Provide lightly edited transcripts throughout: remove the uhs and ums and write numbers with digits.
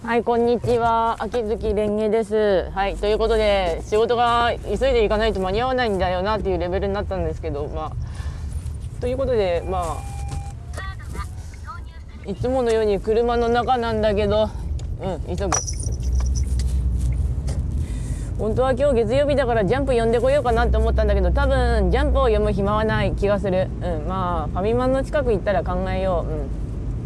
はい、こんにちは。秋月蓮華です。はい、ということで、仕事が急いでいかないと間に合わないんだよなっていうレベルになったんですけど、ということで、いつものように車の中なんだけど、急ぐ。本当は今日月曜日だからジャンプ読んでこようかなと思ったんだけど、多分ジャンプを読む暇はない気がする。ファミマの近く行ったら考えよう。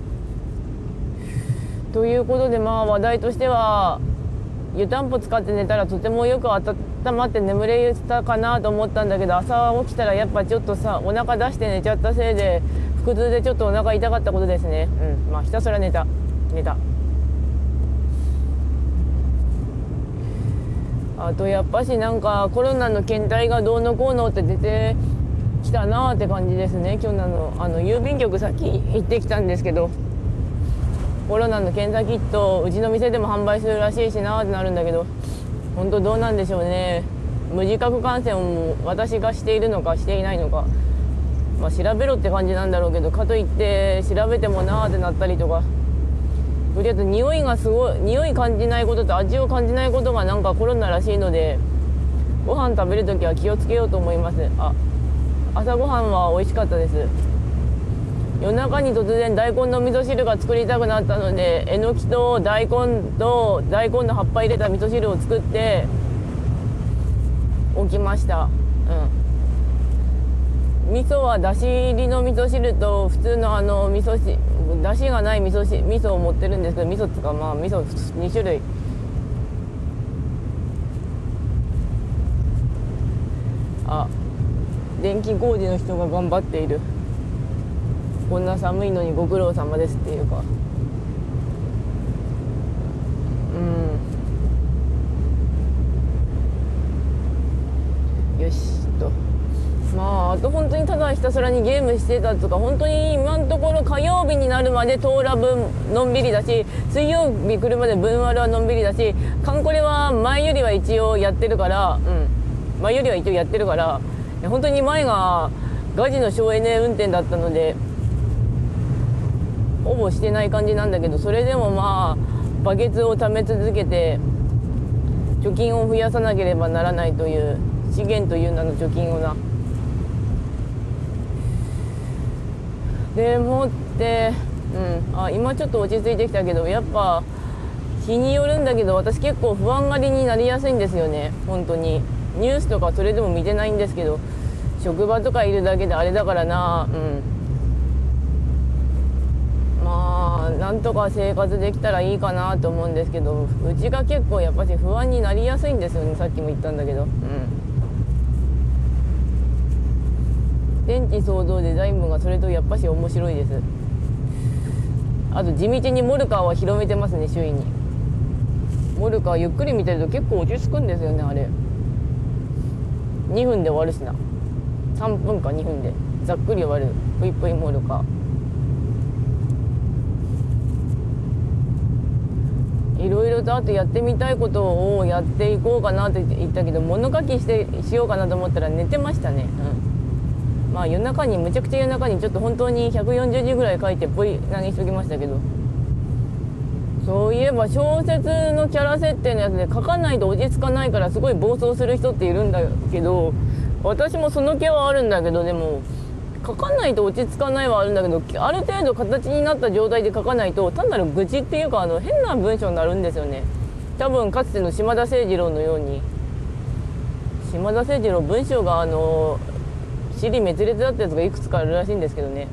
ということで、話題としては湯たんぽ使って寝たらとてもよく温まって眠れたかなと思ったんだけど、朝起きたらやっぱちょっとさ、お腹出して寝ちゃったせいで腹痛でちょっとお腹痛かったことですね。ひたすら寝た。あとやっぱしなんかコロナの検体がどうのこうのって出てきたなって感じですね。今日郵便局さっき行ってきたんですけど、コロナの検査キットうちの店でも販売するらしいしなってなるんだけど、本当どうなんでしょうね。無自覚感染を私がしているのかしていないのか、調べろって感じなんだろうけど、かといって調べてもなーってなったりとか、とりあえず匂い感じないことと味を感じないことがなんかコロナらしいので、ご飯食べるときは気をつけようと思います。朝ごはんは美味しかったです。夜中に突然大根の味噌汁が作りたくなったので、えのきと大根の葉っぱ入れた味噌汁を作っておきました。味噌はだし入りの味噌汁と普通の味噌汁、だしがない味噌を持ってるんですけど、味噌っていうか味噌2種類。電気工事の人が頑張っている。こんな寒いのにご苦労様ですっていうか、よしと。あと本当にただひたすらにゲームしてたとか、本当に今のところ火曜日になるまでトーラブのんびりだし、水曜日来るまで分割はのんびりだし、カンコレは前よりは一応やってるから、本当に前がガチの省エネ運転だったのでほぼしてない感じなんだけど、それでもバケツを貯め続けて貯金を増やさなければならないという、資源という名の貯金をな。でもって今ちょっと落ち着いてきたけど、やっぱ日によるんだけど、私結構不安がりになりやすいんですよね。本当にニュースとかそれでも見てないんですけど、職場とかいるだけであれだからな。なんとか生活できたらいいかなと思うんですけど、うちが結構やっぱし不安になりやすいんですよね。さっきも言ったんだけど、電気創造デザイン部がそれとやっぱし面白いです。あと地道にモルカーは広めてますね、周囲に。モルカーゆっくり見てると結構落ち着くんですよね。あれ2分で終わるしな。3分か2分でざっくり終わる。ぷいぷいモルカー。いろいろとあとやってみたいことをやっていこうかなって言ったけど、物書きしようかなと思ったら寝てましたね。むちゃくちゃ夜中にちょっと本当に140字ぐらい書いてぽい投げしときましたけど、そういえば小説のキャラ設定のやつで書かないと落ち着かないからすごい暴走する人っているんだけど、私もその気はあるんだけど、でも書かないと落ち着かないはあるんだけど、ある程度形になった状態で書かないと単なる愚痴っていうか変な文章になるんですよね。多分かつての島田誠二郎のように、島田誠二郎文章が尻滅裂だったやつがいくつかあるらしいんですけどね。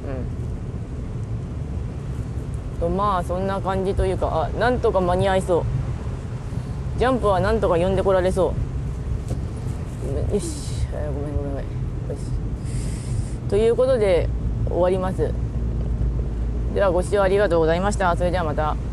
そんな感じというか、なんとか間に合いそう。ジャンプはなんとか読んでこられそう。よし、ごめん。よし、ということで終わります。ではご視聴ありがとうございました。それではまた。